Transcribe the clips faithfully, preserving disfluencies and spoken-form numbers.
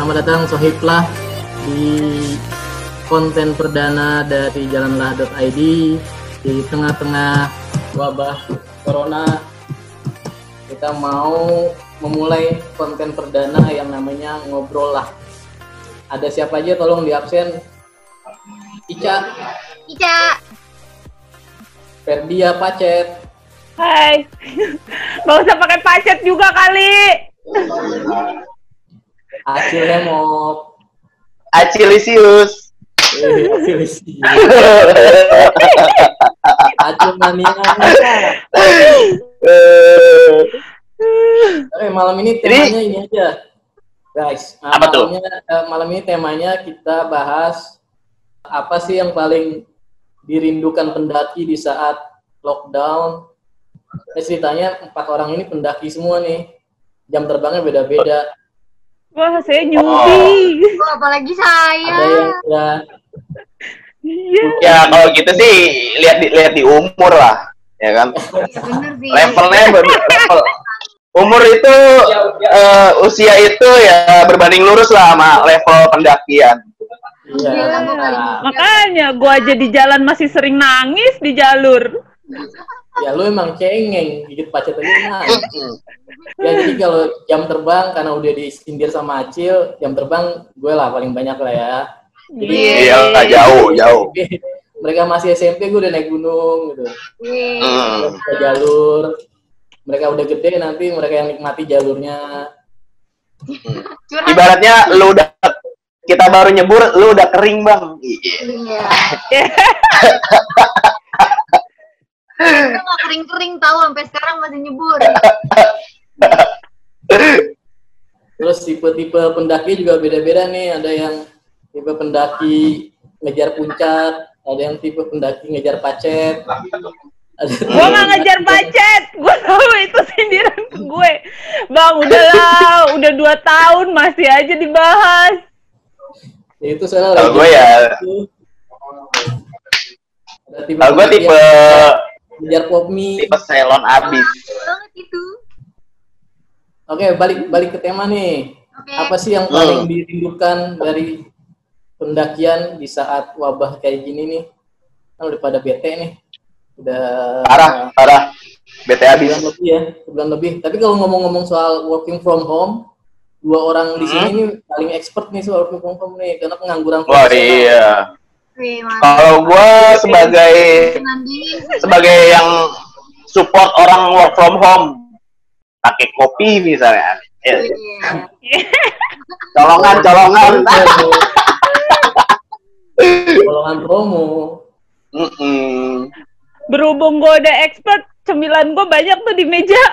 Selamat datang Sohiblah di konten perdana dari jalanlah dot i d di tengah-tengah wabah corona. Kita mau memulai konten perdana yang namanya Ngobrol Lah. Ada siapa aja tolong di absen. Ica. Ica. Ferdia Pacet. Hai. Gak usah pakai pacet juga kali. Acil Hemok. Acilisius. Eh, Acilisius. Acil Mania. Oke, malam ini temanya ini aja, guys. Nah, apa tuh? Malamnya, eh, malam ini temanya kita bahas apa sih yang paling dirindukan pendaki di saat lockdown. Eh, ceritanya empat orang ini pendaki semua nih. Jam terbangnya beda-beda. Wah, saya newbie. Oh, apalagi saya. Ada yang udah Iya. Ya kalau gitu sih lihat di lihat di umur lah, ya kan? Ya, bener sih. Levelnya ber- level umur itu uh, usia itu ya berbanding lurus lah sama level pendakian. Iya. Iya. Nah, Makanya gua aja di jalan masih sering nangis di jalur. ya lu emang cengeng, gigit pacet aja nah. Ya jadi kalau jam terbang karena udah disindir sama Acil, jam terbang gue lah paling banyak lah ya. Jadi Iya lah, jauh jauh. mereka masih S M P gue udah naik gunung gitu. Hmm. Ke jalur. Mereka udah gede nanti mereka yang nikmati jalurnya. Ibaratnya lu udah kita baru nyebur, lu udah kering bang. Iya. Kita nggak kering-kering tahu sampai sekarang masih nyebur. Terus tipe-tipe pendaki juga beda-beda nih. Ada yang tipe pendaki ngejar puncak, ada yang tipe pendaki ngejar pacet. Ada Gua nggak ngejar pacet. Gua tahu itu sindiran ke gue. Bang, udahlah, udah dua tahun masih aja dibahas. Ya, itu soalnya Kalau lagi gue ya, ada tipe kalau gue pendaki tipe yang ngejar pop mie. tipe selon abis. Banget itu. Oke, balik balik ke tema nih. Oke. Apa sih yang paling dirindukan dari pendakian di saat wabah kayak gini nih? Kan udah pada bete nih. Udah Parah, parah. B T abis. sebulan lebih ya, sebulan lebih. Tapi kalau ngomong-ngomong soal working from home, dua orang di sini Hmm? nih paling expert nih soal working from home nih, karena pengangguran Wah profesional. iya. Wih, mantap. Kalau gue sebagai Nanti. sebagai yang support orang work from home, pakai kopi misalnya. Ya, Iya. colongan, colongan. Golongan promo. Mm-mm. Berhubung gue udah expert, cemilan gue banyak tuh di meja.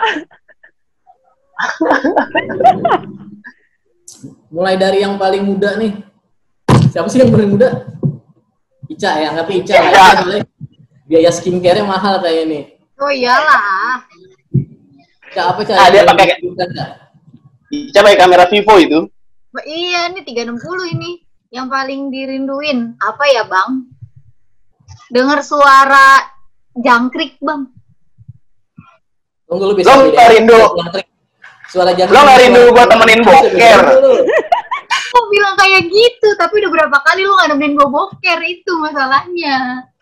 Mulai dari yang paling muda nih. Siapa sih yang paling muda? Ica ya, anggap Ica lah. Ica. Soalnya biaya skincare-nya mahal kayak ini. Oh iyalah. Ica apa Ica? Ah, dia Yang pakai- dibutuhkan, Ica? Ica pakai kamera Vivo itu. Ba- Iya nih tiga enam puluh ini yang paling dirinduin. Apa ya bang? Dengar suara jangkrik bang. Tunggu lu bisa Lo bedain. nggak rindu? Jangkrik. Suara jangkrik. Lo nggak rindu suara- gua temenin Bisa boker? bedain dulu. Kok bilang kayak gitu? Tapi udah berapa kali lu nggak nemenin gue boker, itu masalahnya.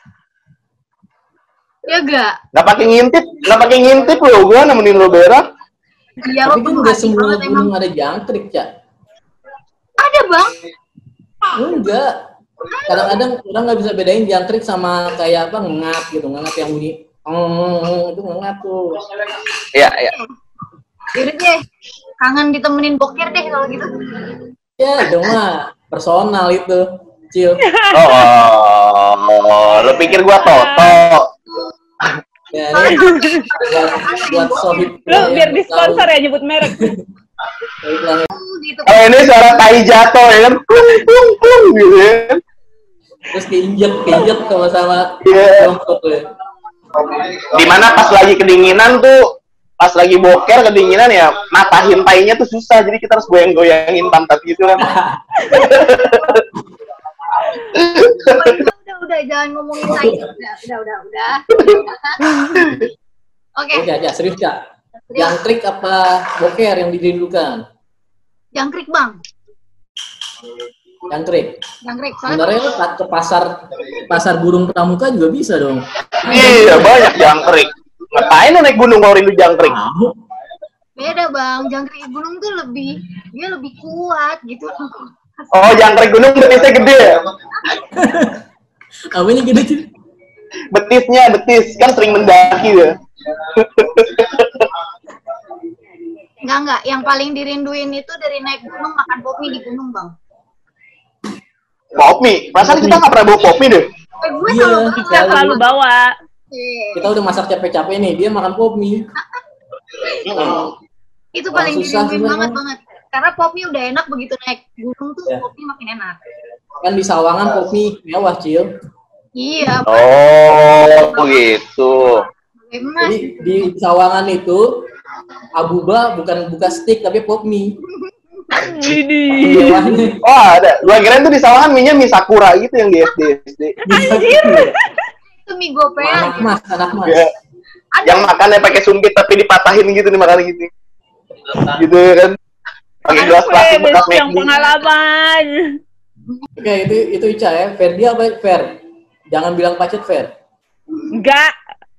Ya gak? Nggak pakai ngintip, nggak pakai ngintip lo. Gua nemenin lo berak. Iya Tapi lo kan penuh udah hati semua banget emang. gunung ada jangkrik, Cak. Ada bang. Enggak. Kadang-kadang orang nggak bisa bedain jangkrik sama kayak apa ngengat gitu, ngengat yang bunyi mm, itu ngengat tuh. Iya, iya. Yaudah deh, kangen ditemenin boker deh kalau gitu. Ya, itu mah personal itu, Cil. Oh, oh, lo pikir gua Toto? Ya, ini buat, buat sohib. Lu biar disponsor ya nyebut merek. Ya. Uh, gitu. Oh ini suara tai jatuh ya kan? Plung, plung, plung, gitu ya. Terus keinjek, keinjek sama-sama. Iya. Jongkok ya. Dimana pas lagi kedinginan tuh, pas lagi boker kedinginan ya, matahin tainya tuh susah. Jadi kita harus goyang-goyangin pantat gitu kan. udah, udah, udah, jangan ngomongin tai. Udah, udah, udah, udah. Oke, Oke aja, serius Cak. Jangkrik apa boker yang dirindukan? jangkrik bang. Jangkrik. Jangkrik. Soalnya Sebenarnya lu ke pasar pasar burung pramuka juga bisa dong. Iya, banyak jangkrik. Ngapain lu naik gunung kalau rindu jangkrik? Tahu. beda bang, jangkrik gunung tuh lebih dia lebih kuat gitu. Oh, jangkrik gunung betisnya gede ya? Apa ini gede sih? Betisnya, betis. Kan sering mendaki ya. Enggak enggak, yang paling dirinduin itu dari naik gunung makan pop mie di gunung bang. Pop mie? Perasaan kita nggak pernah bawa pop mie deh. Eh, gue Iya, selalu Kita bawa. selalu bawa. Eh, Kita udah masak capek-capek nih, dia makan pop mie. itu Orang paling susah dirinduin sebenarnya. banget banget. Karena pop mie udah enak, begitu naik gunung tuh Ya. pop mie makin enak. Kan di Sawangan pop mie mewah, Cil. Iya, Oh, begitu. bagaimana? Jadi di Sawangan itu Abuba bukan buka stick tapi pop mie. Ini. Mewahnya. Oh, ada. Gua kirain tuh di Sawangan mie-nya mie Sakura gitu yang di S D S D. Itu mie gopean. Anak mas, anak mas. Ya. Yang makannya pakai sumpit tapi dipatahin gitu nih makan gini. Gitu kan. Pakai gelas plastik bekas Besok yang McD. pengalaman. Oke, itu itu Ica ya. Ferdi apa Fer? Jangan bilang pacet Fer. Enggak.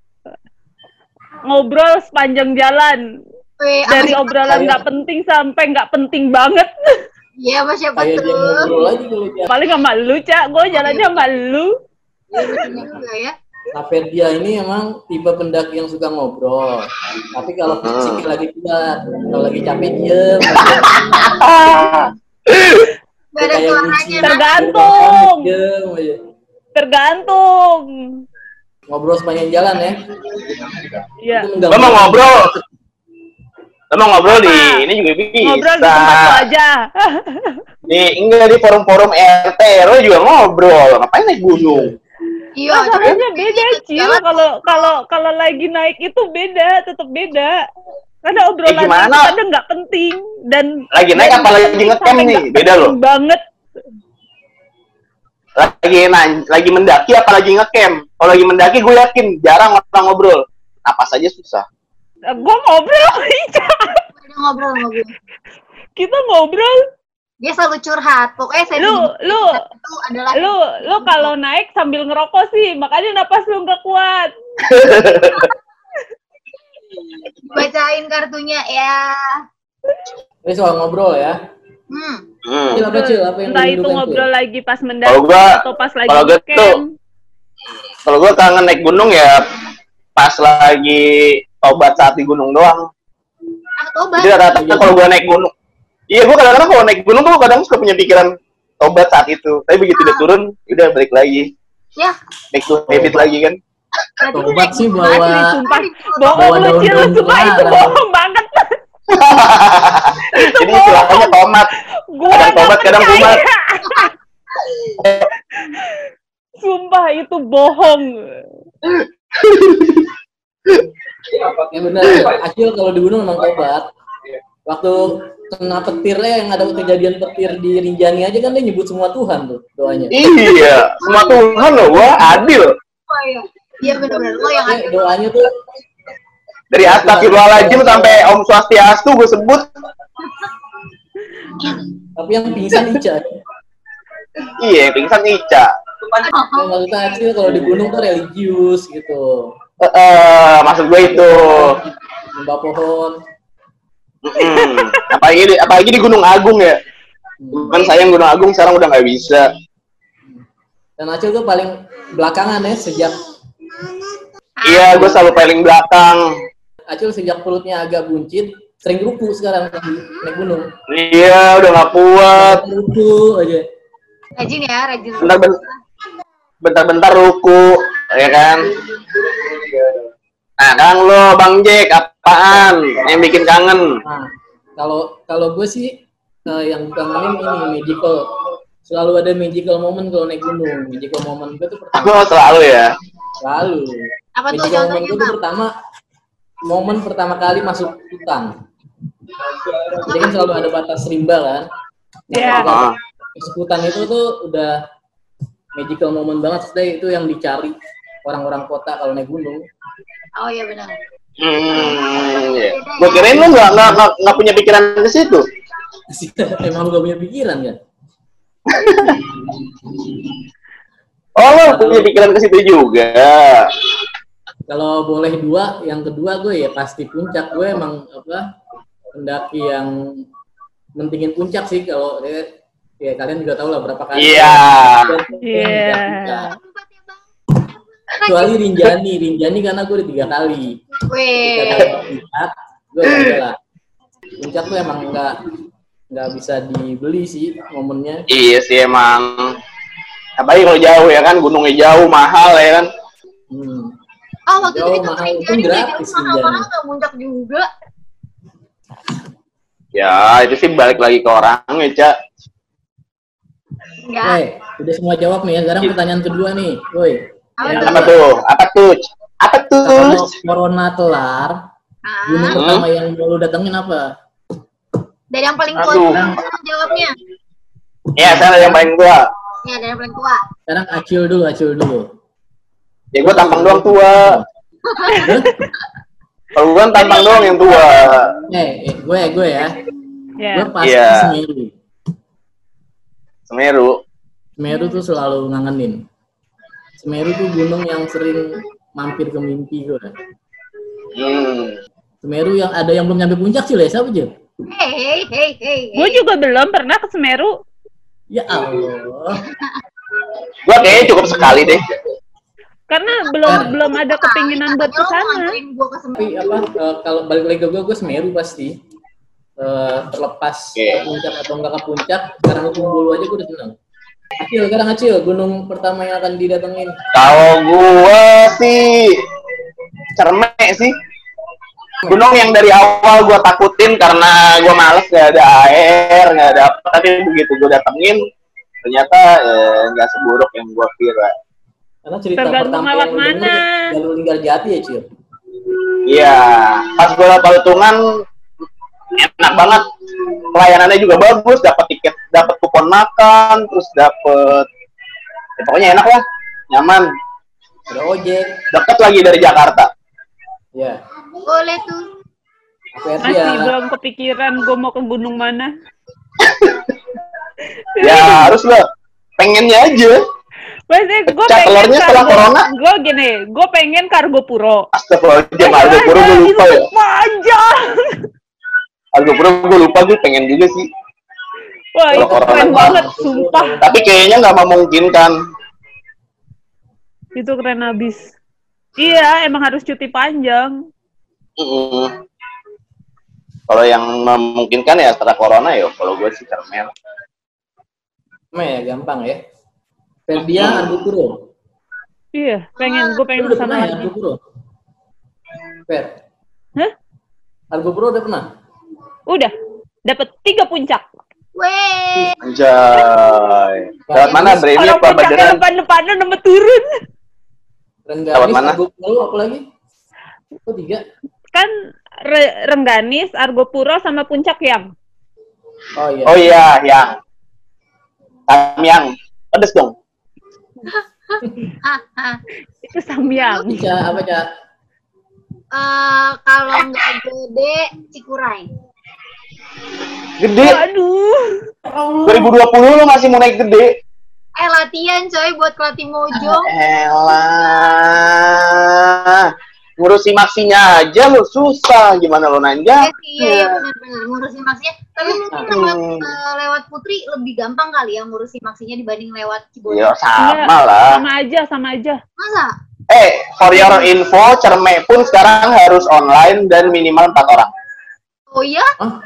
Ngobrol sepanjang jalan. Eh, Dari sama- obrolan nggak penting sampai nggak penting banget. Iya, Mas, siapa Kayak dia tuh? ngobrol aja kalau dia. Paling sama lu, Cak. Gue jalannya sama lu. Iya, bener juga ya. Nah, Ferdia ini emang tipe pendaki yang suka ngobrol. Tapi kalau fisiknya lagi kuat, kalau lagi capek diem. Gak ada Kayak suaranya. kucing. Nah. Tergantung. Diem aja. Tergantung. Ngobrol sepanjang jalan ya. Iya. Itu Lo mengganggu. mau ngobrol? Lo mau ngobrol di Apa? ini juga bisa. Ngobrol di tempat lu aja. Di enggak di forum-forum R T R W juga ngobrol. Ngapain naik gunung? Iya, Masalahnya beda, Cil. Jalan- Kalau kalau kalau lagi naik itu beda, tetap beda. Karena obrolan Eh, gimana? itu kadang nggak penting dan Lagi naik apa lagi ngecamp sampai nih? nggak Beda loh. penting banget. Lagi nanya, lagi mendaki apa lagi ngecamp? Kalau lagi mendaki gue yakin jarang orang ngobrol. Apa saja susah. Gue ngobrol sama Ica. Udah ngobrol sama gue. Kita ngobrol. Dia selalu curhat. Pokoknya saya Lu lu itu adalah lu lu kalau naik sambil ngerokok sih, makanya napas lu nggak kuat. bacain kartunya ya. Ini soal ngobrol ya. Hmm. Hmm. Cil apa Cil? Apa yang Entah itu dirindukan, Cil? ngobrol lagi pas Kalau mendaki gua- atau pas lagi kalau gua camp. tuh- Kalau gue kangen naik gunung ya pas lagi tobat saat di gunung doang. Ah, tobat. Jadi rata-rata kalau gue naik gunung, iya gue kadang-kadang kalau naik gunung tuh kadang suka punya pikiran tobat saat itu. Tapi begitu udah turun, udah balik lagi, Ya. back to habit lagi kan. berarti lu Tobat naik sih gunung bawa- lagi. Sumpah, Bawa bohong lu Cil, daun-daun sumpah itu terlarang. bohong banget. Jadi istilahnya tomat. Gua Kadang nggak tobat, kadang percaya. kumat. Sumpah itu bohong. Ya benar. Acil kalau di gunung memang tobat. Waktu kena petirnya yang ada kejadian petir di Rinjani aja kan dia nyebut semua Tuhan tuh doanya. Iya, semua Tuhan loh, gue adil. Oh, iya. Iya benar-benar. Lo yang Dia ada. doanya tuh Dari astagfirullahaladzim sampai Om Swastiastu gue sebut. tapi yang pingsan Ica. Iya, pingsan Ica. Yang maksudnya Acil kalau di gunung tuh religius gitu. Eh, eh, maksud gue itu. Nyembah pohon. Mm-mm. Apalagi di, apalagi di Gunung Agung ya. Kan sayang Gunung Agung sekarang udah nggak bisa. Dan Acil tuh paling belakangan ya sejak Iya, gue selalu paling belakang. Acil sejak perutnya agak buncit, sering ruku sekarang lagi naik gunung. Iya, udah nggak kuat. Ruku aja. Rajin ya, rajin. Bentar-bentar, bentar-bentar ruku, ya kan? Nah, kan lo, Bang Jack, apaan yang bikin kangen? Nah, kalau kalau gue sih eh, yang kangenin ini magical. Selalu ada magical moment kalau naik gunung. Magical moment gue tuh pertama Oh, selalu ya. selalu. Apa tuh Magical moment contohnya, gue tuh Bang? pertama momen pertama kali masuk hutan. Jadi kan selalu ada batas rimba kan. Iya. Ah. Masuk hutan itu tuh udah magical moment banget. Setelah itu yang dicari orang-orang kota kalau naik gunung. Oh iya benar. Hmm, iya. Gue kirain lo nggak nggak nggak- nggak punya pikiran ke situ. Emang lu gak punya pikiran kan? Oh, lo punya pikiran ke situ juga. Kalau boleh dua, yang kedua gue ya pasti puncak. Gue emang apa pendaki yang mentingin puncak sih. Kalau ya, ya kalian juga tahu lah berapa kali. Iya. Iya. Kecuali Rinjani, Rinjani karena gue udah tiga kali. Weh. Puncak, gue udah lah. Puncak tuh emang nggak nggak bisa dibeli sih momennya. Iya sih emang. Apalagi kalau jauh ya kan, gunungnya jauh, mahal ya kan. Oh, Hmm. waktu Jauh, itu kita mahal. sering Itu jadi gratis, mahal-mahal nggak muncak juga. Ya, itu sih balik lagi ke orang ya, Cak. Enggak. Eh, udah semua jawab nih ya. Sekarang pertanyaan kedua nih, woi. Apa Yang tuh? Apa tuh? Apa tuh? Apa tuh? Kalau corona kelar, Ah, gunung Hmm? pertama yang mau lu datengin apa? dari yang paling tua Aduh. dulu jawabnya. Ya, saya yang paling tua. Ya, dari yang paling tua. Sekarang acil dulu, acil dulu. Ya gue tampang doang tua. Kalau gue kan tampang doang yang tua. Eh, eh, gue, gue ya. Ya. Gue pasti Iya. Semeru. Semeru. Semeru tuh selalu ngangenin. Semeru tuh gunung yang sering mampir ke mimpi gue. Hmm. Semeru yang ada yang belum nyampe puncak sih, Les. Siapa, Jil? Hei, hei, hei, hei. Gue juga belum pernah ke Semeru. Ya Allah. Gue kayaknya cukup sekali deh. Karena belum belum ada kepinginan buat ke Katanya lo mau sana. nganterin gua ke Tapi Semeru. apa, eh, kalau balik lagi ke gue, gue Semeru pasti. Eh, terlepas Oke. ke puncak atau enggak ke puncak, sekarang kumpul aja gue udah seneng. Acil, sekarang Acil, gunung pertama yang akan didatengin. Kalau gue sih Cerme sih. Gunung yang dari awal gue takutin karena gue males, gak ada air, gak ada apa. Tapi begitu gue datengin, ternyata eh, gak seburuk yang gue kira. Karena cerita Tergantung pertama lewat yang lu denger, mana. jalur Linggarjati ya, Cil? Iya, pas gue lewat Palutungan enak banget. Pelayanannya juga bagus, dapat tiket, dapat kupon makan, terus dapat ya, pokoknya enak lah, nyaman. Ada ojek, Deket lagi dari Jakarta. ya. Boleh tuh. Versi Masih ya. belum kepikiran gue mau ke gunung mana. Ya harus lah, pengennya aja. Maksudnya gue Pecah pengen telurnya setelah corona. Gue gini, gue pengen Kargo Puro. Astagfirullahaladzim, Argo Puro gue lupa ya. Panjang. Argo Puro gue lupa, gue pengen juga sih. Wah, Kalau itu corona keren mah. banget, sumpah. Tapi kayaknya nggak memungkinkan. Itu keren abis. Iya, emang harus cuti panjang. Mm-mm. Kalau yang memungkinkan ya setelah corona ya, kalau gue sih Cermel. Cuma ya, gampang ya. Ferdian, Argo Puro. Iya, pengen, gue pengen Lu udah kesana pernah ya, lagi. Argo Puro? Fer, Hah? Argo Puro udah pernah? Udah, dapet tiga puncak. Weh. Anjay. Lewat mana, Bremi Kalau apa puncaknya Baderan? depan-depanan nambah turun. Rengganis, Lewat mana? Argo Puro, apa lagi? Oh, tiga. Kan Re- Rengganis, Argo Puro, sama puncak yang. Oh iya. Oh iya, yang Samyang. Pedes dong. Ah, ah. Itu Samyang. Ca, apa, Ca? Eh, kalau nggak gede, Cikuray. Gede. Aduh. dua ribu dua puluh lu masih mau naik gede. Eh, latihan coy buat kelatih Mojong. Elah. Ngurusi maksinya aja lu susah. Gimana lu Eh, nanjak? iya, iya benar-benar ngurusin maksinya. Tapi mungkin Hmm. lewat, eh, lewat Putri lebih gampang kali ya ngurusin maksinya dibanding lewat Cibodas. Ya sama Enggak, lah. Sama aja, sama aja. Masa? Eh, for your info, Cerme pun sekarang harus online dan minimal empat orang. Oh iya? Hah?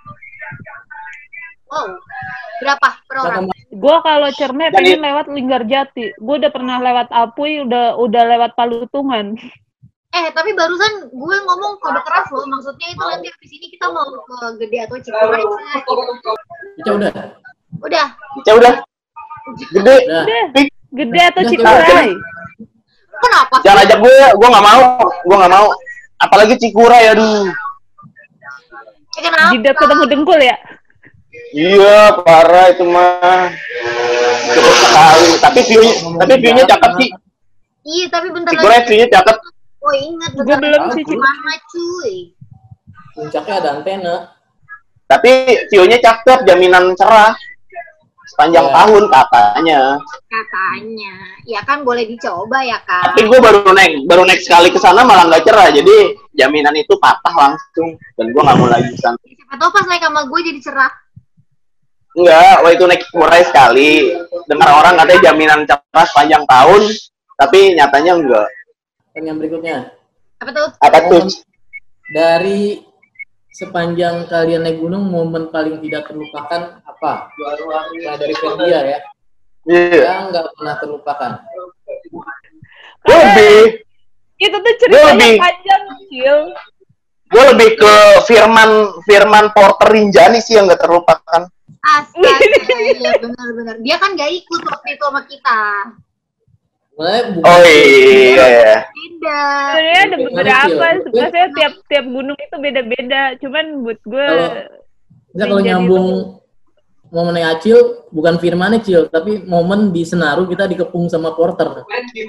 Oh, berapa per orang? Gue kalau Cerme Jadi- pengen lewat Linggarjati. Gue udah pernah lewat Apuy, udah udah lewat Palutungan. Eh, tapi barusan gue ngomong kode keras loh. Maksudnya itu nanti habis ini kita mau ke Gede atau Cikuray. Ica udah. Udah. Ya udah. Gede. Udah. Udah, Pik. Gede atau Udah, Cikuray. Kenapa? Jangan ajak gue, gue nggak mau, gue nggak mau. Apalagi Cikuray, aduh. Eh, kenapa? Jidat ketemu dengkul ya. Iya, parah itu mah. Cukup sekali. Tapi view-nya, tapi view-nya cakep sih. Iya, tapi bentar Cikuray lagi. view-nya cakep. Oh, ingat Gue bentar belum lagi sih, Cik. mana cuy? Puncaknya ada antena. Tapi view-nya cakep, jaminan cerah. sepanjang Ya. tahun katanya. Katanya. Ya kan boleh dicoba ya kan. Tapi gue baru naik baru naik sekali ke sana malah nggak cerah, jadi jaminan itu patah langsung dan gue nggak mau lagi ke sana. Siapa tahu pas naik sama gue jadi cerah. Enggak, waktu itu naik murai sekali. Dengar orang katanya jaminan cerah sepanjang tahun, tapi nyatanya enggak. Pertanyaan berikutnya. Apa tuh? Apa tuh? Dari sepanjang kalian naik gunung, momen paling tidak terlupakan apa? Nah, dari Ferdia ya. Iya. Yang nggak pernah terlupakan. Gue lebih, Itu tuh ceritanya lebih- panjang, Cil. gue lebih ke Firman Firman Porter Rinjani sih yang nggak terlupakan. Astaga, iya benar-benar. Dia kan gak ikut waktu itu sama kita. Sebenarnya bukan Oh iya. iya. Tidak. Sebenarnya ada Oke, beberapa, Cil. maksudnya tiap tiap gunung itu beda-beda. Cuman buat gue Kalau- Bisa kalau Rinjani nyambung momennya Acil, bukan Firman Acil, tapi momen di Senaru kita dikepung sama Porter.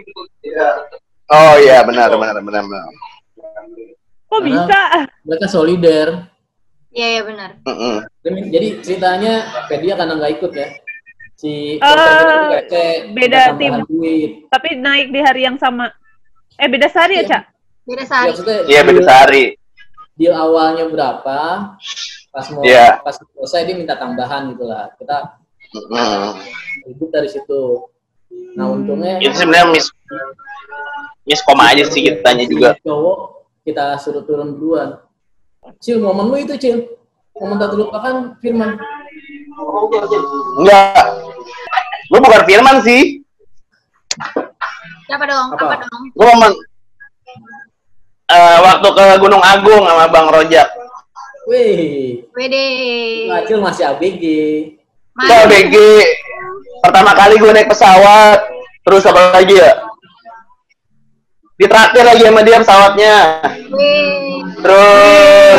Oh iya benar benar benar benar. kok Karena- bisa? Mereka solider. Iya, iya benar. Mm-mm. Jadi ceritanya Ferdia karena nggak ikut ya. Si Eh, Porter itu receh, beda minta tambahan tim. duit. Tapi naik di hari yang sama. Eh beda sehari ya, Iya. Cak? Beda Ya, sehari. maksudnya Iya beda deal- sehari. deal awalnya berapa, pas mau Iya. pas selesai dia minta tambahan gitu lah. Kita Mm-mm. ribut dari situ. Nah untungnya Itu sebenarnya mis miskom aja sih kitanya juga. cowok kita suruh turun duluan. Cil, momen lu itu Cil, momen tak terlupakan Firman. Enggak. Gue bukan Firman sih. Siapa dong? Apa? Apa, dong? Gue momen eh, waktu ke Gunung Agung sama Bang Rojak. Wih, Wede. Acil masih A B G. Itu A B G. Pertama kali gue naik pesawat. Terus apa lagi ya? Ditraktir lagi sama dia pesawatnya. Wih. Terus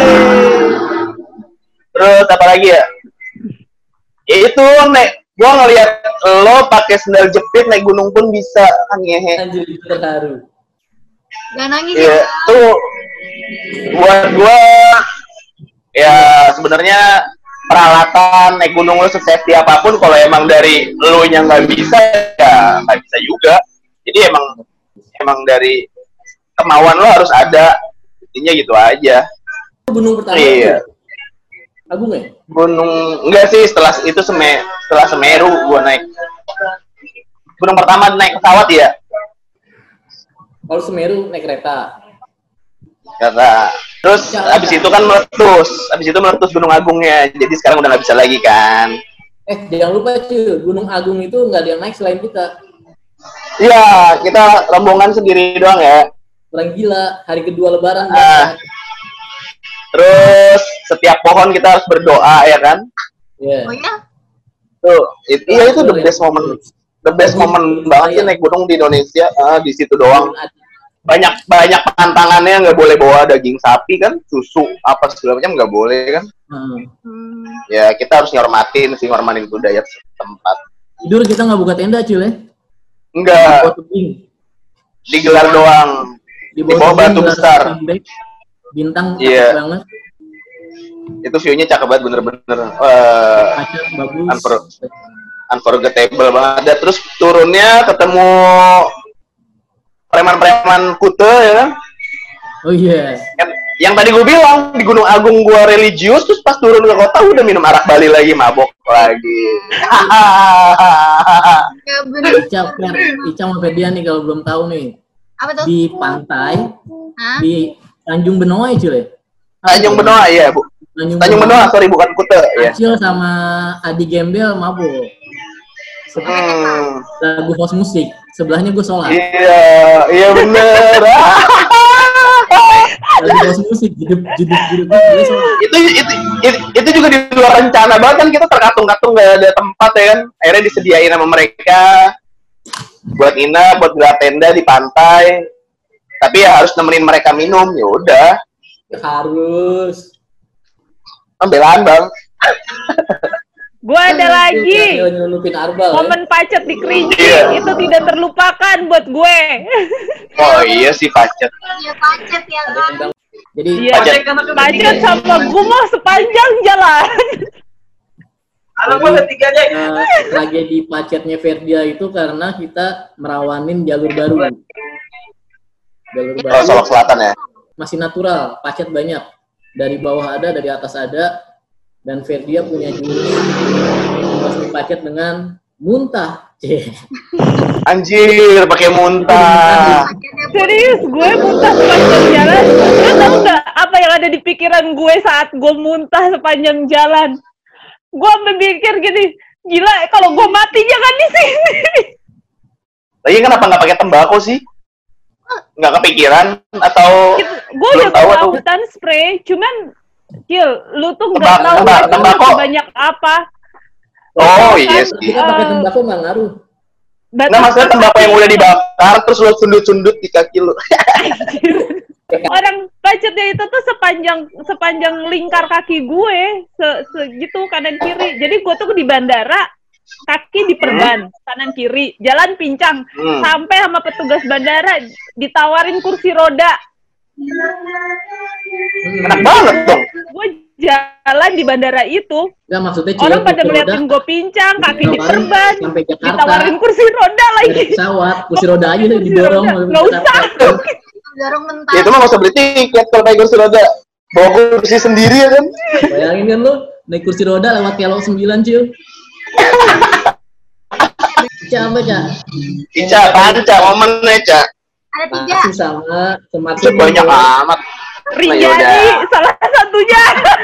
Terus apa lagi ya? Ya itu naik gua ngelihat lo pakai sendal jepit naik gunung pun bisa kan ngehe. Anjir terharu. Gak nangis Iya, ya? tuh buat gua ya sebenarnya peralatan naik gunung lo sesafety apapun kalau emang dari lo nya nggak bisa ya nggak bisa juga. Jadi emang emang dari kemauan lo harus ada, intinya gitu aja. Gunung pertama. Iya. Agung ya? Gunung enggak sih, setelah itu Seme, setelah Semeru gua naik. Gunung pertama naik pesawat ya. Kalau Semeru naik kereta. Kata. Terus abis itu kan meletus, abis itu meletus Gunung Agungnya. Jadi sekarang udah nggak bisa lagi kan. Eh jangan lupa Cil, Gunung Agung itu nggak ada yang naik selain kita. Iya, kita rombongan sendiri doang ya. Orang gila, hari kedua Lebaran. Ah. Terus setiap pohon kita harus berdoa ya kan. Iya. Oh ya? Tuh, it- iya itu the best moment, the best moment banget sih naik gunung di Indonesia. Ah, di situ doang. Banyak banyak pantangannya, nggak boleh bawa daging sapi kan, susu apa segala macam nggak boleh kan. Hmm. Hmm. Ya kita harus nhormatin sih, ngormatin budaya setempat. Tidur kita nggak buka tenda Cil ya? Di Enggak, bawah tebing. digelar doang. Di bawah batu tebing, besar. tembek. Bintang Iya. cakep banget. Itu view-nya cakep banget bener-bener. Wah, Kaca bagus. Unfor- unforgettable banget. Dan terus turunnya ketemu preman-preman Kute ya kan. Oh iya. Yang, yang tadi gue bilang di Gunung Agung gua religius, terus pas turun ke kota udah minum arak Bali lagi, mabok lagi. Ya bener. Ica, Fer, Ica sama Ferdian nih kalau belum tahu nih. Apa tuh? Di pantai, Hah? di Tanjung Benoa ya Cil ya? Tanjung Benoa iya bu. Tanjung, Tanjung Benoa sorry bukan Kute ya. Acil sama Adi Gembel mabuk. Hmm, Lagu house musik. Sebelahnya gue sholat. iya iya bener. Lagu house musik. Jeduk, jeduk, jeduk. Gue sholat. itu, itu itu itu juga di luar rencana banget kan, kita terkatung-katung nggak ada tempat ya kan, akhirnya disediain sama mereka buat nginep, buat gelar tenda di pantai, tapi ya harus nemenin mereka minum. Ya udah, Harus. pembelaan bang. Gue ada lagi. Nyelundupin arbal. Ya? Momen pacet di Kerinci Iya. itu tidak terlupakan buat gue. Oh iya sih pacet. Ya pacet ya kan? Jadi Iya, Pacet. pacet sama gumoh sepanjang jalan. Anak gua ketiganya. Uh, tragedi pacetnya Ferdia itu karena kita merawanin jalur baru. Jalur Oh, baru Solok Selatan ya. masih natural, pacet banyak. Dari bawah ada, dari atas ada, dan Ferdia punya jurus pasti pacet dengan muntah. Anjir, pakai muntah. Serius, gue muntah sepanjang jalan. Lo tau nggak apa yang ada di pikiran gue saat gue muntah sepanjang jalan? Gue sampai mikir gini, gila kalau gue mati jangan di sini. Lagi kenapa nggak pakai tembakau sih? Nggak kepikiran atau Gue udah bawa hutan spray, cuman Gil, lu tuh nggak Tembak- tahu tembak- itu tembakau. sebanyak apa. Oh iya Kan, sih. Kita pakai eh, tembakau nggak ngaruh. batas- Nggak, maksudnya tembakau yang udah dibakar terus lo sundut-sundut di kaki lu. Orang pacetnya itu tuh sepanjang sepanjang lingkar kaki gue, se segitu kanan kiri. Jadi gue tuh di bandara kaki diperban kanan kiri, jalan pincang, Hmm. sampai sama petugas bandara ditawarin kursi roda. Enak banget dong. Gue jalan di bandara itu, Nggak, maksudnya orang Cil, pada kursi ngeliatin roda gue pincang, kaki ditawarin diperban, sampai Jakarta. ditawarin kursi roda Dari lagi. pesawat, kursi roda aja deh didorong. roda. Nggak usah. Dorong mentah. Ya itu mah nggak usah beli tiket kalau pakai kursi roda. Bawa kursi sendiri ya kan? Bayangin kan lu naik kursi roda lewat Kelok sembilan, Cil. Ica apa, Ca? Ica, panca, momennya, Ca. Ada tiga. Masih sama semakin Sebanyak amat. Rinjani salah satunya.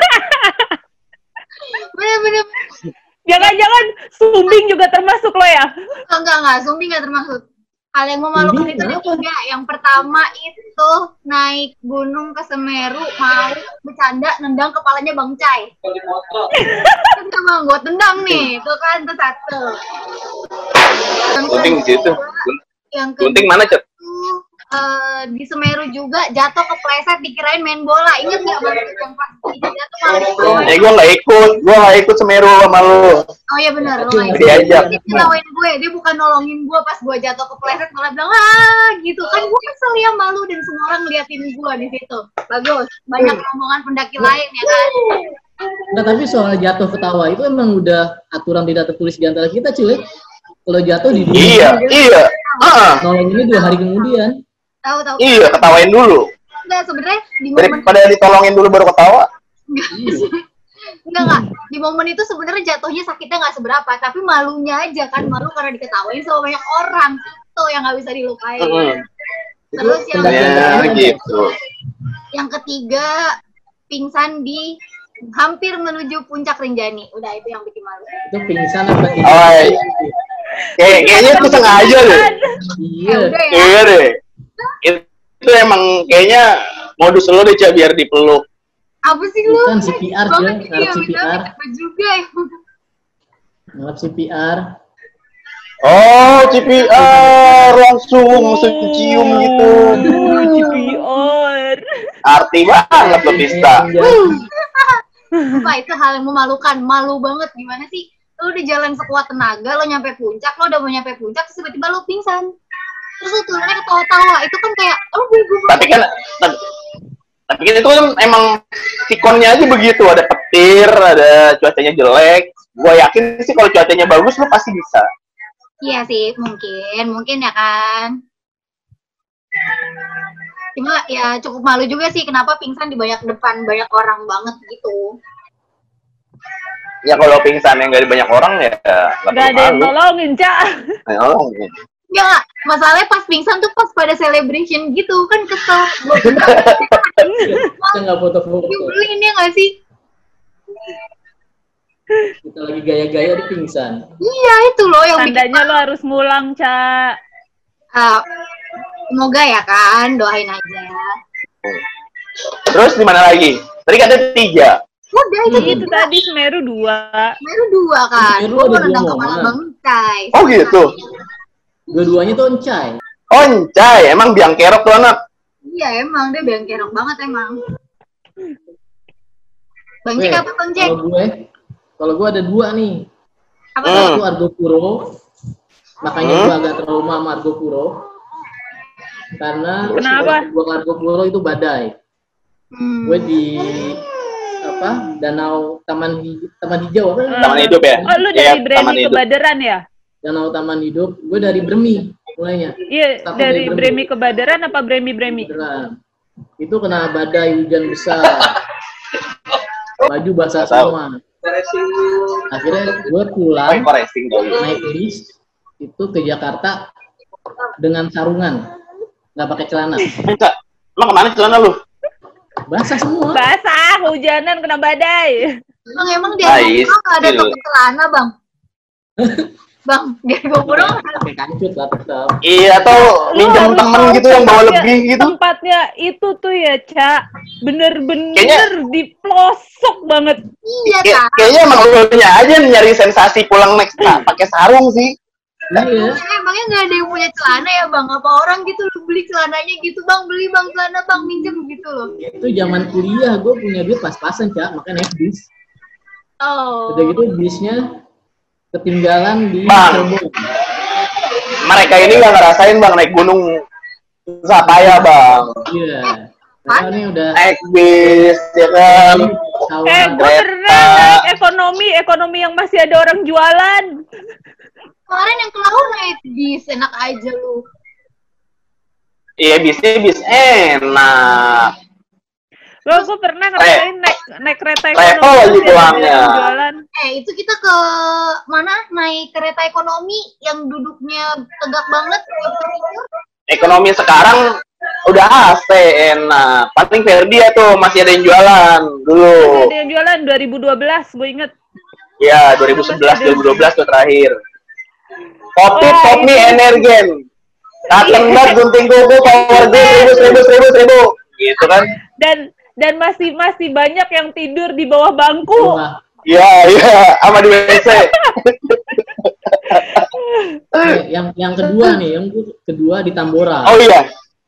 Bener-bener. Jangan-jangan Sumbing juga termasuk lo ya? Oh, enggak, enggak. Sumbi enggak termasuk. Hal yang memalukan Ini itu ada kenapa? tiga. Yang pertama itu naik gunung ke Semeru, mau bercanda, nendang kepalanya Bang Cai. Itu Bang, gue tendang nih. Itu kan, itu satu. Yang Gunting di situ. kedua- Yang Gunting kedua mana, Ca? itu, eh, di Semeru juga jatuh kepleset dikirain main bola. Ingat nggak Bang yang pas jatuh malah diketawain? Eh, gua nggak ikut. Gua nggak ikut Semeru sama lu. Oh iya benar, lo Tapi nggak diajak. ikut. Dia ngelawain gue, dia bukan nolongin gue pas gue jatuh kepleset, malah bilang ah gitu kan, gue kesel ya, malu dan semua orang ngeliatin gue di situ. Bagus, banyak rombongan pendaki lain ya kan. Nah, tapi soal jatuh ketawa itu emang udah aturan tidak tertulis di antara kita, Cil. Kalau jatuh di Iya, iya. Ah, nolonginnya dua hari kemudian. Tahu tahu. iya, ketawain dulu. Enggak sebenarnya di momen Daripada ditolongin dulu baru ketawa. enggak enggak di momen itu sebenarnya jatuhnya sakitnya nggak seberapa, tapi malunya aja kan, malu karena diketawain sama banyak orang itu yang nggak bisa dilupain. Mm-hmm. Terus yang Ya, gitu. yang ketiga pingsan di hampir menuju puncak Rinjani. Udah itu yang bikin malu. Itu pingsan apa sih? Oh, iya. Kayak, kayaknya itu sengaja deh. Iya. Udah ya. Iya deh. Itu emang kayaknya modus lo deh, Ca, biar dipeluk. Apa sih lu? Bukan C P R Banget dia, iya, ngarep C P bener, R. bener juga ya. Ngarep C P R. Oh, C P R langsung cium gitu. Aduh, C P R. Arti banget lo, Pista. Apa itu hal yang memalukan, malu banget. Gimana sih? Lu udah jalan sekuat tenaga, lo nyampe puncak, lo udah mau nyampe puncak, terus tiba-tiba lo pingsan. Terus lo turunnya ketawa-tawa, itu kan kayak, oh bego banget. Tapi kan tapi kan itu kan emang sikonnya aja begitu, ada petir, ada cuacanya jelek. Gua yakin sih kalau cuacanya bagus lo pasti bisa. Iya sih, mungkin, mungkin ya kan. Cuma ya cukup malu juga sih, kenapa pingsan di banyak depan banyak orang banget gitu. Ya kalau pingsan yang gak di banyak orang ya nggak Gak ada yang perlu malu. nolongin, Cak. Nggak nolongin. Enggak, masalahnya pas pingsan tuh pas pada celebration gitu kan, kesel. Kita nggak foto-foto. Nyebelin ya nggak sih? Kita lagi gaya-gaya di pingsan. Iya itu loh yang bikin. Tandanya lo harus ngulang, Cak. Ah, semoga ya kan, doain aja. Terus di mana lagi? Tadi katanya tiga. Udah itu Itu tadi Semeru dua. Semeru dua kan. Semeru Gua ada mau nendang dua kepala momen. Bang Cai. Oh gitu. Dua-duanya tuh encai. Oncai, emang biang kerok tuh anak. Iya emang dia biang kerok banget emang. Bang Cek Weh, apa Bang Cek? Kalau gue, kalau gue ada dua nih. Apa Hmm. tuh? Satu Argo Puro. Makanya Hmm. gue agak trauma sama Argo Puro. Karena Kenapa? gue ke Argo Puro itu badai. Hmm. Gue di apa danau taman Hij- taman hijau apa? Taman hidup ya? Oh, lu Iya, dari Bremi Taman ke Hidup. Badaran ya? Danau taman hidup. Gue dari Bremi mulainya. Iya, Takut dari dari Bremi ke Badaran apa Bremi-Bremi? Beneran. Itu kena badai hujan besar. Baju basah Nggak tahu. semua. Akhirnya gue pulang Oh, racing dulu. naik bis itu ke Jakarta dengan sarungan, nggak pakai celana, Enggak. Emang kemana celana lu? basah semua. Basah, hujanan kena badai. Bang, emang di Ah, Argo iya, Pulau nggak ada still. toko celana, Bang? Bang, di Argo Pulau nggak ada. Pakai kancut lah tetap. Iya, atau Lu minjem harus temen tahu gitu yang bawa tempatnya- lebih gitu. Tempatnya itu tuh ya, Cak. Bener-bener Kayaknya- di pelosok banget. Iya, Kay- tak. kayaknya emang lu nya aja nyari sensasi pulang naik sa- pakai sarung sih. Iya. Emangnya nggak ada yang punya celana ya, Bang? Apa orang gitu lu beli celananya gitu, Bang? Beli, Bang, celana, Bang, minjem gitu loh. Itu zaman kuliah gue punya duit pas-pasan Cak, makanya naik bis. Oh. Udah gitu bisnya ketinggalan di Bang. Cirebon. Mereka ini nggak ngerasain bang naik gunung susah payah bang. Iya. Mereka ini udah Naik bis ya kan. sawah. Eh, gue kereta. pernah naik ekonomi, ekonomi yang masih ada orang jualan. Kemarin yang ke laut naik bis, enak aja lu. Iya bisnya bis enak. Gue gue pernah ngerasain naik naik kereta Travel ekonomi lagi masih ada pulangnya. orang jualan. Eh, itu kita ke mana? Naik kereta ekonomi yang duduknya tegak banget. nggak bisa tidur. Ekonomi sekarang udah A C enak. Paling Verdi ya tuh masih ada yang jualan dulu. Ada yang jualan dua ribu dua belas, gue inget. Ya dua ribu sebelas dua ribu dua belas tuh terakhir. Kopi Wah, kopi itu. energen. Dateng banget gunting kuku power G seribu seribu seribu seribu. Gitu kan? Dan dan masih masih banyak yang tidur di bawah bangku. Wah, Iya iya sama di W C. eh, yang yang kedua nih, yang kedua di Tambora. Oh iya.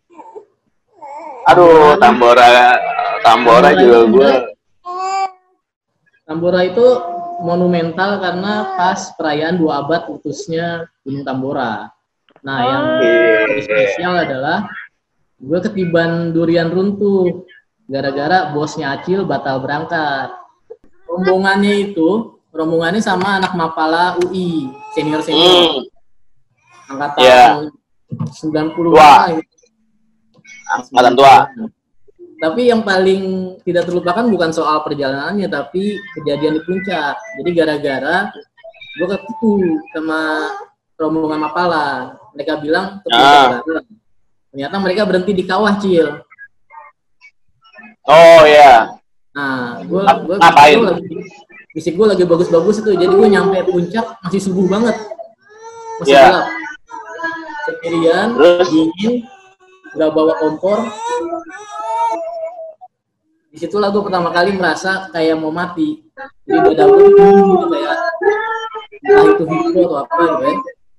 Aduh, Tambora, Tambora juga gue. Tambora itu monumental karena pas perayaan dua abad putusnya Gunung Tambora. Nah, yang lebih spesial adalah gue ketiban durian runtuh gara-gara bosnya Acil batal berangkat. Rombongannya itu, rombongannya sama anak Mapala U I, senior-senior. Hmm, Angkatan Iya. sembilan puluh Tua. gitu. angkatan tua. Tapi yang paling tidak terlupakan bukan soal perjalanannya, tapi kejadian di puncak. Jadi gara-gara gue ketipu sama rombongan Mapala. Mereka bilang ke puncak Ah. bareng. Ternyata mereka berhenti di kawah, Cil. Oh iya. Nah, gue Ngap- gue ngapain? fisik gue lagi bagus-bagus itu. Jadi gue nyampe puncak masih subuh banget. Masih Iya. gelap. Sendirian, Terus? dingin, nggak bawa kompor. Disitulah gue pertama kali merasa kayak mau mati. Jadi dada gue tuh dingin gitu kayak entah itu hipo atau apa gitu kan.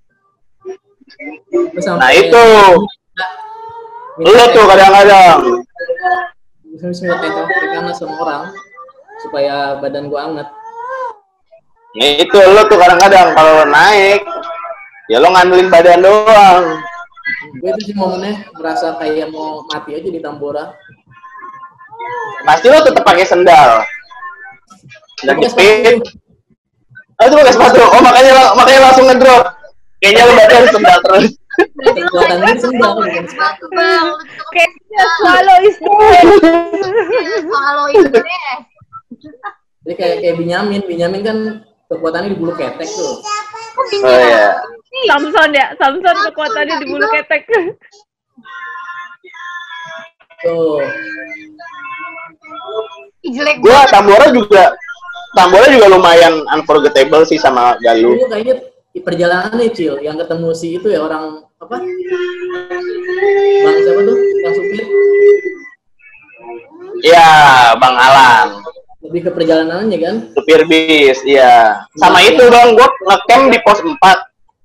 Terus sampai Nah itu, minta- lu tuh kadang-kadang. Terus minta telepon ke kanan sama orang supaya badan gue anget. Nah itu lu tuh kadang-kadang kalau naik, ya lo ngandelin badan doang. Gue itu sih momennya merasa kayak mau mati aja di Tambora. Pasti lo tetap pakai sendal. Sendal Pakai jepit. sepatu. Oh itu pakai sepatu. Oh makanya makanya langsung ngedrop. Kayaknya lo badan sendal terus. Berarti lu Kekuatan naik gue sendal bukan sepatu. sepatu, Bang. Lu tetep Kayaknya swallow is dead. kalau itu deh. Jadi kayak kayak Binyamin, Binyamin kan kekuatannya di bulu ketek tuh. Kok bingung? Oh iya. Samson ya, Samson kekuatannya di bulu ketek. Tuh. Ih, jelek Gua banget. Tambora juga Tambora juga lumayan unforgettable sih sama Galuh. Dulu kayaknya di perjalanan nih, Cil, yang ketemu si itu ya orang apa? Bang siapa tuh? Yang supir. Iya, Bang Alan. Lebih ke perjalanannya kan? Supir bis, iya. Sama Iya. itu dong, gua ngecamp di pos empat.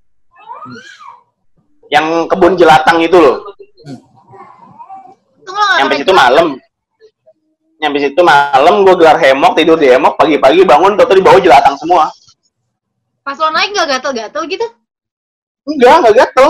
Yang kebun jelatang itu loh. Tunggu lah, Nyampe situ malam. Nyampe situ malam, gua gelar hemok, tidur di hemok, pagi-pagi bangun, tau di bawah jelatang semua. pas lo naik nggak gatel-gatel gitu? Enggak, enggak gatel.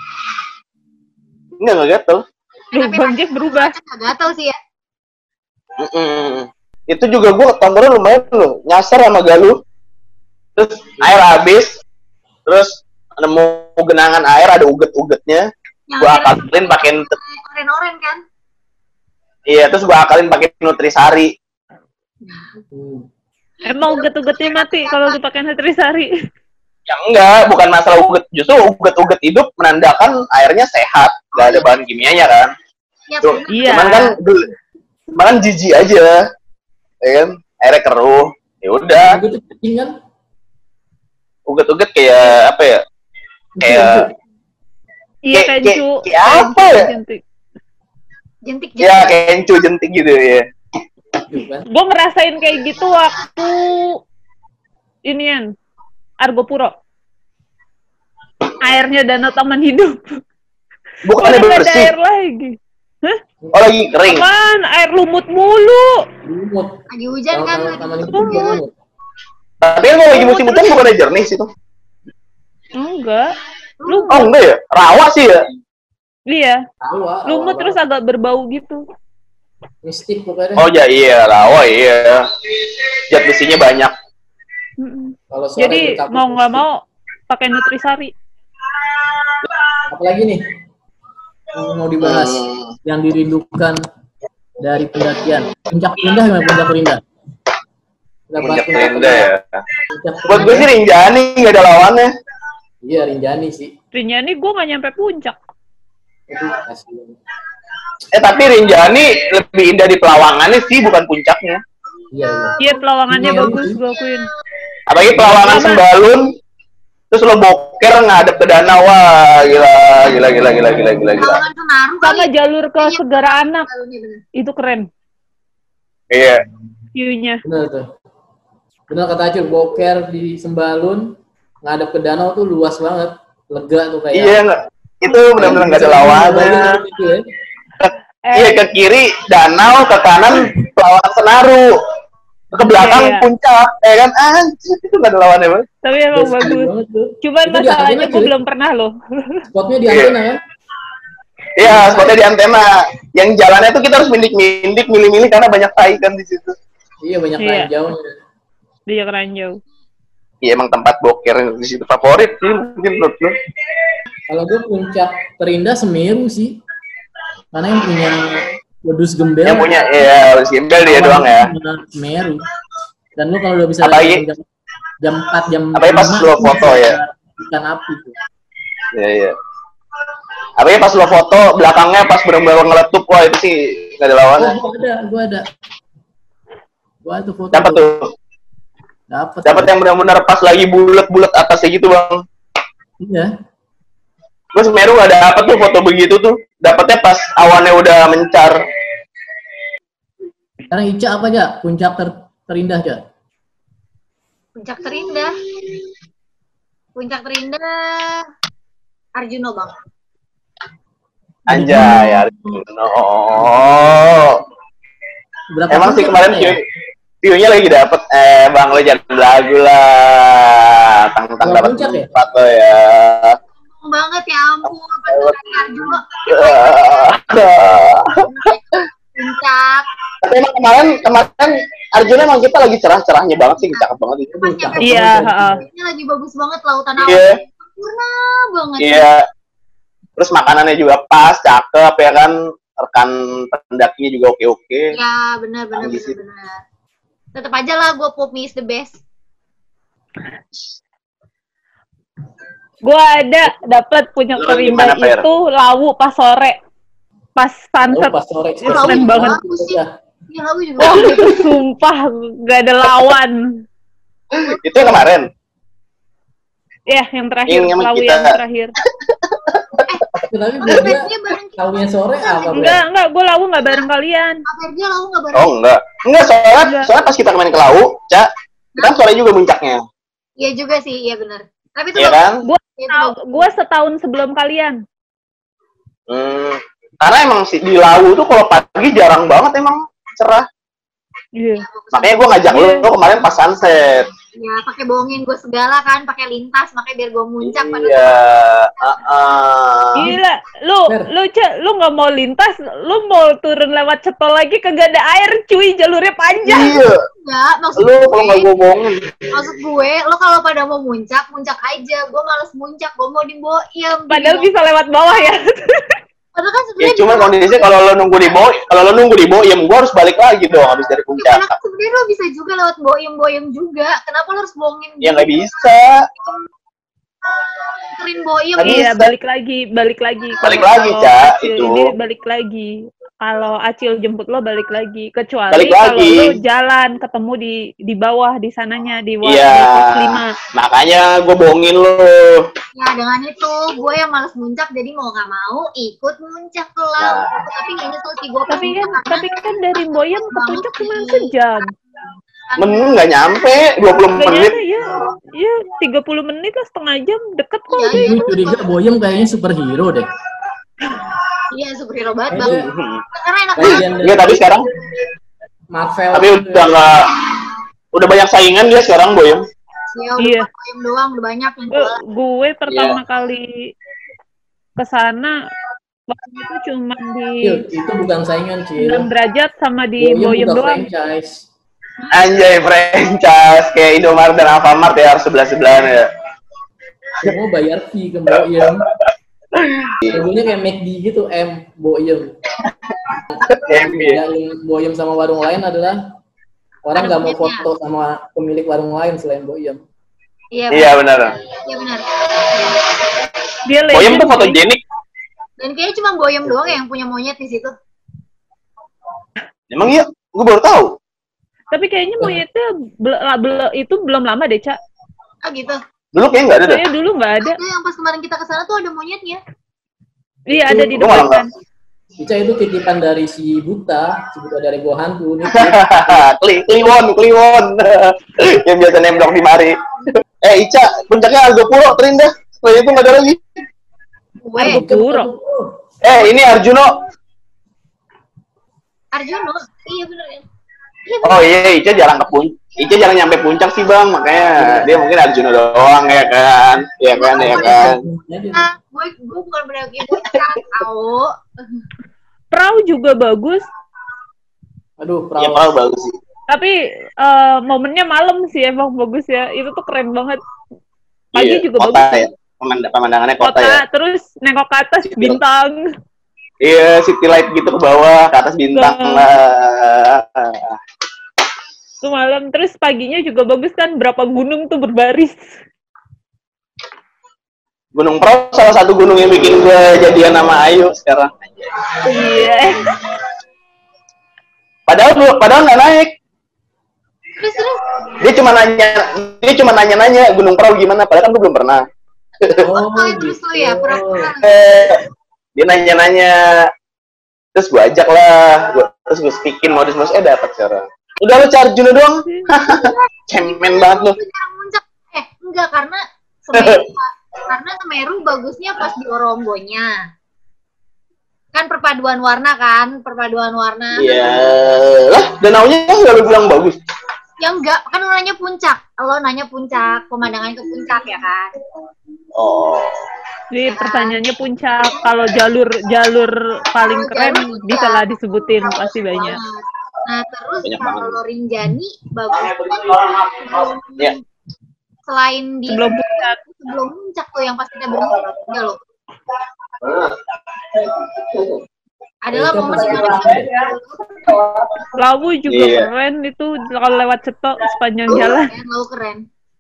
Enggak, enggak gatel. Duh, Bang Jack berubah. Nggak gatel sih ya. Mm-mm. Itu juga gue tongkrong lumayan loh, nyasar sama Galuh. Terus air habis, terus nemu genangan air ada uget-ugetnya, gue akalin pakai oren-oren kan? Iya, terus gue akalin pakai Nutrisari. Hmm. Emang uget-ugetnya mati kalau dipakai Nutrisari. Ya enggak, bukan masalah uget, justru uget-uget hidup menandakan airnya sehat, nggak ada bahan kimianya kan. Ya, Tuh, iya. Cuman kan, cuman kan jijik aja, ya kan? Airnya keruh, ya udah. Uget tuh kucing kan? Uget-uget kayak apa ya? Kayak Iya, kayak- kencu. kayak- kayak apa ya? Jentik. jentik ya kayak kencu jentik gitu ya. Gitu kan? Gue ngerasain kayak gitu waktu inian Argo Puro. Airnya danau taman hidup. Bukannya Udah nggak ada bersih, air lagi. oh lagi kering. Apaan? Air lumut mulu. Lumut. lagi hujan kan? Kalau lagi taman itu hujan. lumut. Tapi kan kalau lagi musim hujan bukannya jernih situ. Enggak. Oh Lumut. enggak ya, rawa sih ya. Iya. Rawa, Lumut rawa terus banget. agak berbau gitu. Mistik pokoknya. Oh ya iya, rawa iya. Zat besinya banyak. Mm-mm. Kalau sore Jadi berkabut mau nggak mistik. mau pakai Nutrisari. Apalagi nih yang mau dibahas Hmm. yang dirindukan dari pendakian. Puncak Terindah gimana Puncak Terindah? Kita bahas Puncak Terindah ya. Puncak Buat gue sih Rinjani nggak ada lawannya. Iya, Rinjani sih. Rinjani gue nggak nyampe puncak. Itu kasihan. Eh tapi Rinjani lebih indah di pelawangannya sih, bukan puncaknya. Iya, iya. Iya pelawangannya Iya, bagus iya. gue akuin. Apalagi pelawangan Sama. Sembalun, terus lo boker ngadep ke danau, wah gila, gila, gila, gila, gila, gila, gila. Lawangan Senaru Sama kali. jalur ke Segara Anak Jalurnya bener. itu keren Iya. view-nya. Benar tuh. Benar kata Acur, boker di Sembalun ngadep ke danau tuh luas banget. Lega tuh kayak. Iya nggak, itu benar-benar nggak ada lawannya. Gitu ya. Iya, ke kiri danau, ke kanan pelawangan Senaru, ke belakang Iya, iya. puncak, ya kan? Anjir, itu nggak ada lawannya bang. Tapi emang Sekali bagus. banget tuh. Cuman Itu di masalahnya antena, gue cuy. belum pernah loh. Spotnya di Iya. antena kan? Iya, spotnya di antena. Yang jalannya tuh kita harus mindik-mindik, milih-milih karena banyak tai kan di situ. Iya, banyak Iya. ranjaunya. Dia keranjau. Iya, emang tempat boker di situ favorit sih mungkin menurut lu. Kalau gue puncak terindah Semeru sih. Karena yang punya wedus gembel. Yang punya, ya harus gembel dia doang ya. Semeru. Dan lu kalau udah bisa Apalagi- jam, jam empat, jam apalagi pas lima, lu tuh foto bisa ya. ikan api tuh. Iya, iya. Apalagi pas lo foto, belakangnya pas bener-bener ngeletup, wah itu sih nggak ada lawannya. Oh, gua ada, gua ada. Gua ada foto. Dapat tuh. Dapat. Dapat yang benar-benar pas lagi bulat-bulat atasnya gitu bang. Iya. Gue Semeru nggak dapet tuh foto begitu tuh. Dapatnya pas awannya udah mencar. Sekarang Ica apa aja? Puncak ter terindah aja. Puncak terindah. Puncak terindah. Arjuno bang. Anjay, Arjuno. Oh. Berapa Emang sih puncak kemarin kita ya? view- view-nya lagi dapet. Eh bang lo jangan belagu lah. Tang-tang Berapa dapat puncak ya? empat lo ya. Ngomong banget ya ampun. Pas naik Arjuno. Puncak. Tapi emang kemarin kemarin Arjuna emang kita lagi cerah-cerahnya banget sih, cakep banget itu. Pas nyampe Iya, puncak, heeh. ini lagi bagus banget lautan Iya. awan. Sempurna banget. Iya. Terus makanannya juga pas, cakep ya kan. Rekan pendakinya juga oke-oke. Ya benar benar Canggih benar sih. benar. Tetap aja lah gue pop mie is the best. Gue ada dapat puncak Lu terindah gimana, Fer? itu Lawu pas sore. Pas Oh, sunset. pas sore. Ya, Keren Lawu juga banget. bagus sih. Ya lalu juga. Wah itu sumpah gak ada lawan. Itu yang kemarin. Ya yang terakhir, Yang emang Lawu kita- yang terakhir. Tapi Lu buat dia dia bareng kita. tahunya sore apa? Bre? Enggak, enggak, gue Lawu gak bareng kalian. Apa dia lalu nggak bareng? Oh enggak. Enggak, soalnya, Enggak. soalnya pas kita main ke Lau, Cak, kita kan sore juga puncaknya. Iya juga sih, iya benar. Tapi itu Iya bagus. kan? Gue Iya, itu bagus. gue setahun sebelum kalian. Hmm, karena emang si di Lau tuh kalau pagi jarang banget emang cerah. Iya. Bagus. Makanya gue ngajak lu, Iya. lu kemarin pas sunset. Ya, pakai bohongin gue segala kan, pakai lintas, makanya biar gue muncak pada Iya. Uh-uh. Gila, lu Ber. lu cek lu nggak mau lintas, lu mau turun lewat cepol lagi kagak ada air, cuy, jalurnya panjang. Iya. enggak, maksud Lu kalau nggak gue, gue bohongin. maksud gue, lo kalau pada mau muncak, muncak aja. Gue males muncak, gue mau diboyem. Padahal bisa lewat bawah ya. Padahal kan Ya sebenarnya cuma bisa- kondisinya kalau lo nunggu di boy, kalau lo nunggu di boyem, gue harus balik lagi dong habis dari Ya, puncak. padahal kan sebenarnya lo bisa juga lewat boyem-boyem juga. Kenapa lo harus bohongin? Ya nggak bisa. Terin boyem. Nggak Iya, bisa. balik lagi, balik lagi. Balik Kalau- lagi, kalau Ca, Acil itu. Ini balik lagi. Kalau Acil jemput lo balik lagi, kecuali Balik kalau lagi. lo jalan ketemu di di bawah di sananya di wa- Iya. di pos lima. Makanya gue bohongin lo. Ya dengan itu, gue yang males muncak, jadi mau nggak mau ikut muncak ke laut. Tapi nggak nyesel sih gue. Tapi kan tapi kan dari Boyem ke puncak cuma sejam. Men nggak nyampe dua puluh Gak menit. nyampe ya. Ya, tiga puluh menit lah, setengah jam, deket kok. Iya, udah. iya. Gue curiga Boyem kayaknya superhero deh. Iya, superhero banget, Itu Bang. Karena enak bagian banget. dari Enggak, tapi sekarang Marvel. tapi udah nggak udah banyak saingan dia sekarang boyem. Ya, udah Iya. boyem doang, udah banyak yang Gue, jualan. gue pertama Iya. kali kesana waktu itu cuma di Cil, itu bukan saingan, Cil. enam derajat sama di Boyem buka doang. franchise. Anjay, franchise kayak Indomaret dan Alfamart ya harus sebelah sebelahan ya. Semua bayar fee ke Boyem. Logonya kayak McD gitu, M Boyem. Iya. Yang Boyem sama warung lain adalah orang nggak mau foto sama pemilik warung lain selain Boyem. Iya, Iya benar. Iya benar. Dia Boyem legend, tuh cuy. fotogenik. Dan kayaknya cuma boyem doang ya yang punya monyet di situ. Emang iya, gue baru tahu. Tapi kayaknya monyetnya bel- la- bel- itu belum lama deh, Cak. Ah gitu. Dulu kayaknya nggak ada dah. Soalnya dulu nggak ada. Ada yang pas kemarin kita kesana tuh ada monyetnya. Iya, ada di Gua malah depan. Ica itu titipan dari si Buta, si Buta dari Gua Hantu. Ini Kli, Kliwon, Kliwon. Yang biasa nembok di mari. Eh Ica, puncaknya Argo Puro, terindah. Setelah itu nggak ada lagi. Gue, Argo Puro. Eh ini Arjuno. Arjuno. Iya benar ya. Iya benar. Oh iya, Ica jarang ke puncak. Ica jarang nyampe puncak sih bang, makanya dia mungkin Arjuno doang ya kan, ya kan, ya kan. Ah, gue gue bukan pendaki puncak, tahu. Perahu juga bagus, Aduh, Ya perahu. kalau bagus sih. tapi eh, momennya malam sih emang bagus ya. Itu tuh keren banget. Pagi Iya, juga kota bagus. ya. Pemand- pemandangannya kota, Kota, ya. terus nengok ke atas bintang. Iya, city light gitu ke bawah, ke atas bintang Nah. lah. Itu malam, terus paginya juga bagus kan, berapa gunung tuh berbaris. Gunung Pro salah satu gunung yang bikin gue jadian sama Ayu sekarang. Iya. Padahal belum, padahal nggak naik. Terus terus. Dia cuma nanya, dia cuma nanya-nanya Gunung Prau gimana, padahal kan gue belum pernah. Oh, Oh, terus lu ya, gitu. pura-pura. Eh, dia nanya-nanya, terus gue ajak lah, gua, terus gue speakin modus-modus, eh dapat sekarang. Udah lu cari Juno doang, cemen banget lu. Gue jarang muncak. Eh, enggak karena Semeru, karena Semeru bagusnya pas di Orombonya. Kan perpaduan warna kan, perpaduan warna. Iya, lah danaunya nggak lu bilang bagus. Ya enggak, kan lu nanya puncak. Lo nanya puncak, pemandangan ke puncak ya kan. Oh, Jadi pertanyaannya puncak, kalau jalur jalur paling keren bisa lah disebutin, pasti banyak. Nah, terus Banyak kalau Rinjani bagus. ya. Selain di Sebelum puncak. sebelum puncak tuh yang pas kita berhenti ya loh. Adalah Itu momen pasti dimana rame deh. Lawu juga Iya. keren itu kalau lewat cetok sepanjang kita jalan. lalu keren.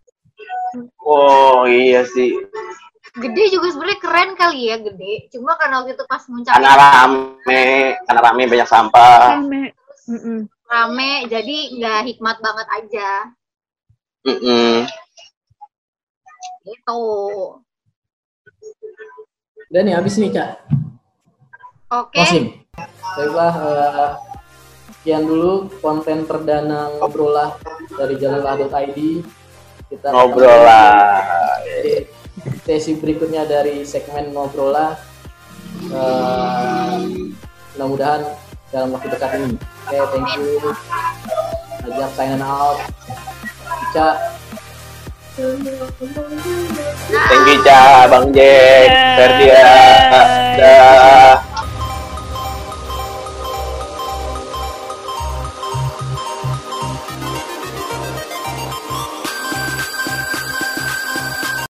Oh iya sih, Gede juga sebenarnya keren kali ya, gede. Cuma karena waktu itu pas karena muncaknya rame, karena rame banyak sampah. Rame. Mm-mm. rame, jadi nggak hikmat banget aja. Mm-mm. Gitu. Udah nih, habis nih, Cak. Oke. Closing. Baiklah, eh, sekian dulu konten perdana ngobrol lah dari jalan lah dot i d. Kita Ngobrol lah. di sesi berikutnya dari segmen ngobrol lah. Eh, mudah-mudahan dalam waktu dekat ini. Oke, thank you. Ajak sign out. Ica, Thank you, Ca, Bang Jack, Yeah. Ferdian.